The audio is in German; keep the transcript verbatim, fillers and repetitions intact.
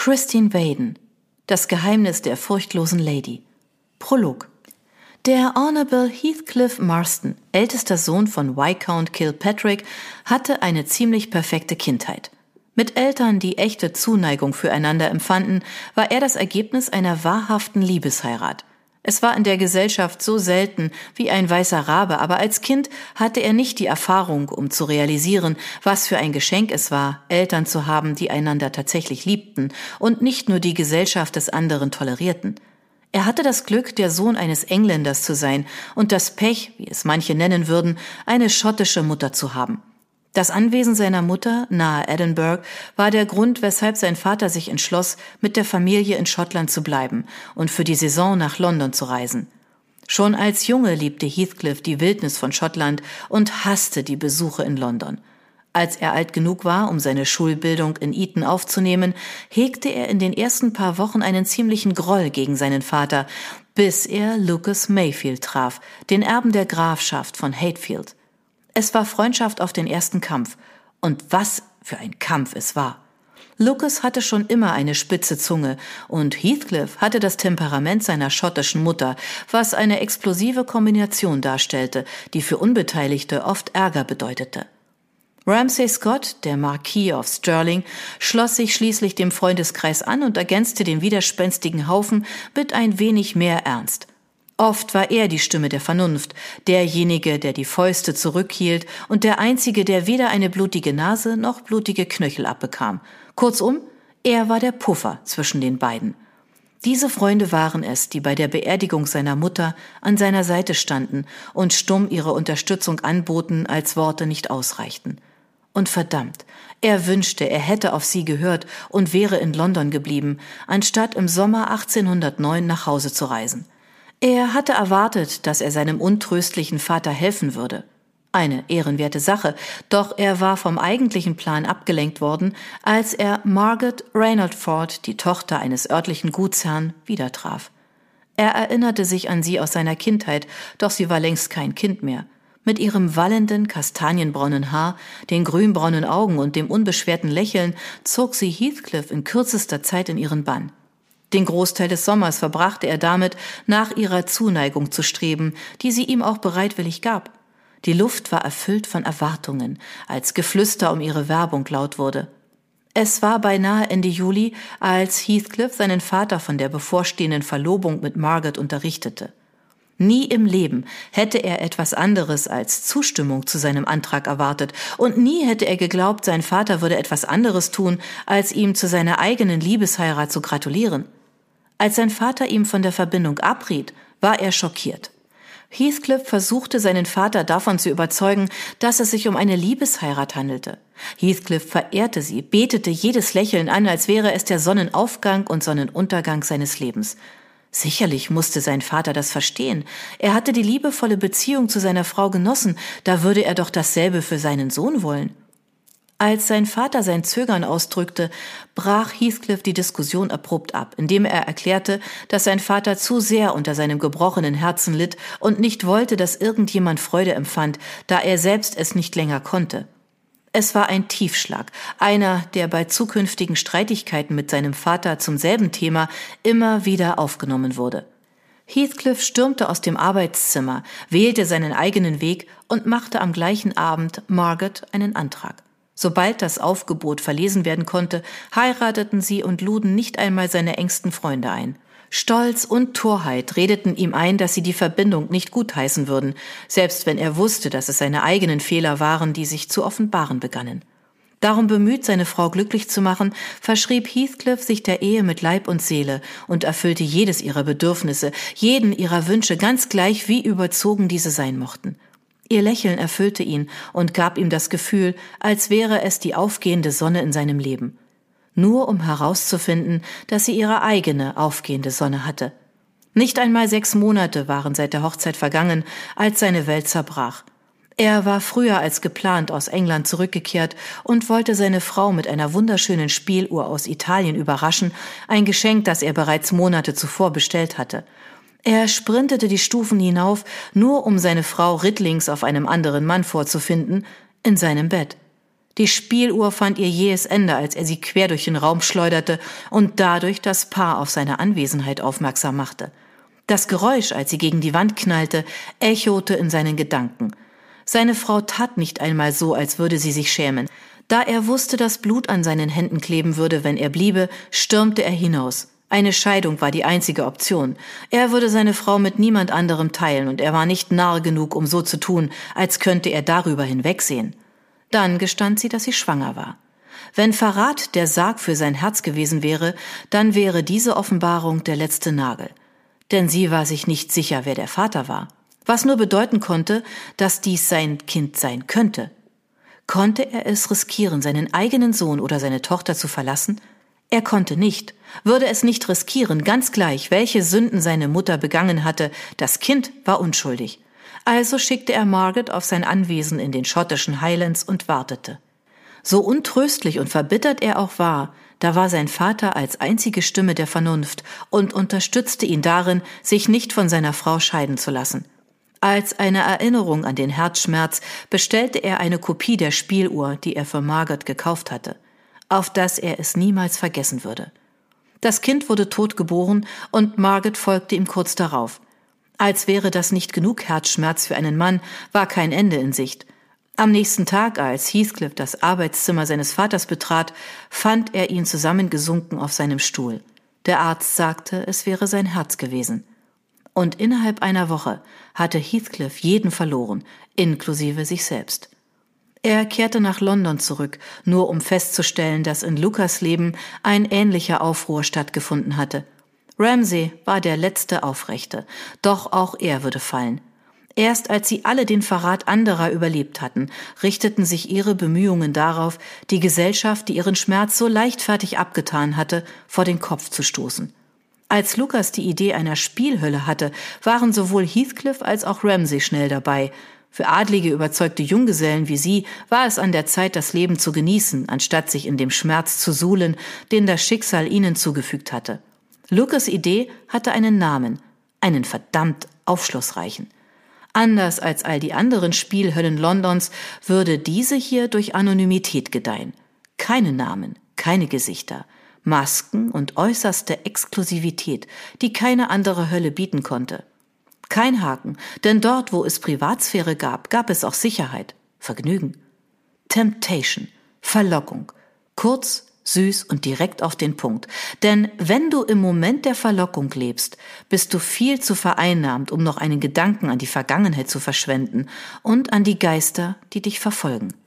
Christine Vaden. Das Geheimnis der furchtlosen Lady. Prolog. Der Honorable Heathcliff Marston, ältester Sohn von Viscount Kilpatrick, hatte eine ziemlich perfekte Kindheit. Mit Eltern, die echte Zuneigung füreinander empfanden, war er das Ergebnis einer wahrhaften Liebesheirat. Es war in der Gesellschaft so selten wie ein weißer Rabe, aber als Kind hatte er nicht die Erfahrung, um zu realisieren, was für ein Geschenk es war, Eltern zu haben, die einander tatsächlich liebten und nicht nur die Gesellschaft des anderen tolerierten. Er hatte das Glück, der Sohn eines Engländers zu sein und das Pech, wie es manche nennen würden, eine schottische Mutter zu haben. Das Anwesen seiner Mutter, nahe Edinburgh, war der Grund, weshalb sein Vater sich entschloss, mit der Familie in Schottland zu bleiben und für die Saison nach London zu reisen. Schon als Junge liebte Heathcliff die Wildnis von Schottland und hasste die Besuche in London. Als er alt genug war, um seine Schulbildung in Eton aufzunehmen, hegte er in den ersten paar Wochen einen ziemlichen Groll gegen seinen Vater, bis er Lucas Mayfield traf, den Erben der Grafschaft von Hatfield. Es war Freundschaft auf den ersten Kampf. Und was für ein Kampf es war. Lucas hatte schon immer eine spitze Zunge und Heathcliff hatte das Temperament seiner schottischen Mutter, was eine explosive Kombination darstellte, die für Unbeteiligte oft Ärger bedeutete. Ramsay Scott, der Marquis of Stirling, schloss sich schließlich dem Freundeskreis an und ergänzte den widerspenstigen Haufen mit ein wenig mehr Ernst. Oft war er die Stimme der Vernunft, derjenige, der die Fäuste zurückhielt und der Einzige, der weder eine blutige Nase noch blutige Knöchel abbekam. Kurzum, er war der Puffer zwischen den beiden. Diese Freunde waren es, die bei der Beerdigung seiner Mutter an seiner Seite standen und stumm ihre Unterstützung anboten, als Worte nicht ausreichten. Und verdammt, er wünschte, er hätte auf sie gehört und wäre in London geblieben, anstatt im Sommer achtzehnhundertneun nach Hause zu reisen. Er hatte erwartet, dass er seinem untröstlichen Vater helfen würde. Eine ehrenwerte Sache, doch er war vom eigentlichen Plan abgelenkt worden, als er Margaret Reynoldsford, die Tochter eines örtlichen Gutsherrn, wieder traf. Er erinnerte sich an sie aus seiner Kindheit, doch sie war längst kein Kind mehr. Mit ihrem wallenden, kastanienbraunen Haar, den grünbraunen Augen und dem unbeschwerten Lächeln zog sie Heathcliff in kürzester Zeit in ihren Bann. Den Großteil des Sommers verbrachte er damit, nach ihrer Zuneigung zu streben, die sie ihm auch bereitwillig gab. Die Luft war erfüllt von Erwartungen, als Geflüster um ihre Werbung laut wurde. Es war beinahe Ende Juli, als Heathcliff seinen Vater von der bevorstehenden Verlobung mit Margaret unterrichtete. Nie im Leben hätte er etwas anderes als Zustimmung zu seinem Antrag erwartet und nie hätte er geglaubt, sein Vater würde etwas anderes tun, als ihm zu seiner eigenen Liebesheirat zu gratulieren. Als sein Vater ihm von der Verbindung abriet, war er schockiert. Heathcliff versuchte, seinen Vater davon zu überzeugen, dass es sich um eine Liebesheirat handelte. Heathcliff verehrte sie, betete jedes Lächeln an, als wäre es der Sonnenaufgang und Sonnenuntergang seines Lebens. Sicherlich musste sein Vater das verstehen. Er hatte die liebevolle Beziehung zu seiner Frau genossen, da würde er doch dasselbe für seinen Sohn wollen. Als sein Vater sein Zögern ausdrückte, brach Heathcliff die Diskussion abrupt ab, indem er erklärte, dass sein Vater zu sehr unter seinem gebrochenen Herzen litt und nicht wollte, dass irgendjemand Freude empfand, da er selbst es nicht länger konnte. Es war ein Tiefschlag, einer, der bei zukünftigen Streitigkeiten mit seinem Vater zum selben Thema immer wieder aufgenommen wurde. Heathcliff stürmte aus dem Arbeitszimmer, wählte seinen eigenen Weg und machte am gleichen Abend Margaret einen Antrag. Sobald das Aufgebot verlesen werden konnte, heirateten sie und luden nicht einmal seine engsten Freunde ein. Stolz und Torheit redeten ihm ein, dass sie die Verbindung nicht gutheißen würden, selbst wenn er wusste, dass es seine eigenen Fehler waren, die sich zu offenbaren begannen. Darum bemüht, seine Frau glücklich zu machen, verschrieb Heathcliff sich der Ehe mit Leib und Seele und erfüllte jedes ihrer Bedürfnisse, jeden ihrer Wünsche, ganz gleich wie überzogen diese sein mochten. Ihr Lächeln erfüllte ihn und gab ihm das Gefühl, als wäre es die aufgehende Sonne in seinem Leben. Nur um herauszufinden, dass sie ihre eigene aufgehende Sonne hatte. Nicht einmal sechs Monate waren seit der Hochzeit vergangen, als seine Welt zerbrach. Er war früher als geplant aus England zurückgekehrt und wollte seine Frau mit einer wunderschönen Spieluhr aus Italien überraschen, ein Geschenk, das er bereits Monate zuvor bestellt hatte. Er sprintete die Stufen hinauf, nur um seine Frau rittlings auf einem anderen Mann vorzufinden, in seinem Bett. Die Spieluhr fand ihr jähes Ende, als er sie quer durch den Raum schleuderte und dadurch das Paar auf seine Anwesenheit aufmerksam machte. Das Geräusch, als sie gegen die Wand knallte, echote in seinen Gedanken. Seine Frau tat nicht einmal so, als würde sie sich schämen. Da er wusste, dass Blut an seinen Händen kleben würde, wenn er bliebe, stürmte er hinaus. Eine Scheidung war die einzige Option. Er würde seine Frau mit niemand anderem teilen und er war nicht narr genug, um so zu tun, als könnte er darüber hinwegsehen. Dann gestand sie, dass sie schwanger war. Wenn Verrat der Sarg für sein Herz gewesen wäre, dann wäre diese Offenbarung der letzte Nagel. Denn sie war sich nicht sicher, wer der Vater war. Was nur bedeuten konnte, dass dies sein Kind sein könnte. Konnte er es riskieren, seinen eigenen Sohn oder seine Tochter zu verlassen? Er konnte nicht, würde es nicht riskieren, ganz gleich, welche Sünden seine Mutter begangen hatte. Das Kind war unschuldig. Also schickte er Margaret auf sein Anwesen in den schottischen Highlands und wartete. So untröstlich und verbittert er auch war, da war sein Vater als einzige Stimme der Vernunft und unterstützte ihn darin, sich nicht von seiner Frau scheiden zu lassen. Als eine Erinnerung an den Herzschmerz bestellte er eine Kopie der Spieluhr, die er für Margaret gekauft hatte, auf dass er es niemals vergessen würde. Das Kind wurde tot geboren und Margaret folgte ihm kurz darauf. Als wäre das nicht genug Herzschmerz für einen Mann, war kein Ende in Sicht. Am nächsten Tag, als Heathcliff das Arbeitszimmer seines Vaters betrat, fand er ihn zusammengesunken auf seinem Stuhl. Der Arzt sagte, es wäre sein Herz gewesen. Und innerhalb einer Woche hatte Heathcliff jeden verloren, inklusive sich selbst. Er kehrte nach London zurück, nur um festzustellen, dass in Lucas Leben ein ähnlicher Aufruhr stattgefunden hatte. Ramsay war der letzte Aufrechte, doch auch er würde fallen. Erst als sie alle den Verrat anderer überlebt hatten, richteten sich ihre Bemühungen darauf, die Gesellschaft, die ihren Schmerz so leichtfertig abgetan hatte, vor den Kopf zu stoßen. Als Lucas die Idee einer Spielhölle hatte, waren sowohl Heathcliff als auch Ramsay schnell dabei. Für adlige, überzeugte Junggesellen wie sie war es an der Zeit, das Leben zu genießen, anstatt sich in dem Schmerz zu suhlen, den das Schicksal ihnen zugefügt hatte. Lucas' Idee hatte einen Namen, einen verdammt aufschlussreichen. Anders als all die anderen Spielhöllen Londons würde diese hier durch Anonymität gedeihen. Keine Namen, keine Gesichter, Masken und äußerste Exklusivität, die keine andere Hölle bieten konnte. Kein Haken, denn dort, wo es Privatsphäre gab, gab es auch Sicherheit, Vergnügen. Temptation, Verlockung, kurz, süß und direkt auf den Punkt. Denn wenn du im Moment der Verlockung lebst, bist du viel zu vereinnahmt, um noch einen Gedanken an die Vergangenheit zu verschwenden und an die Geister, die dich verfolgen.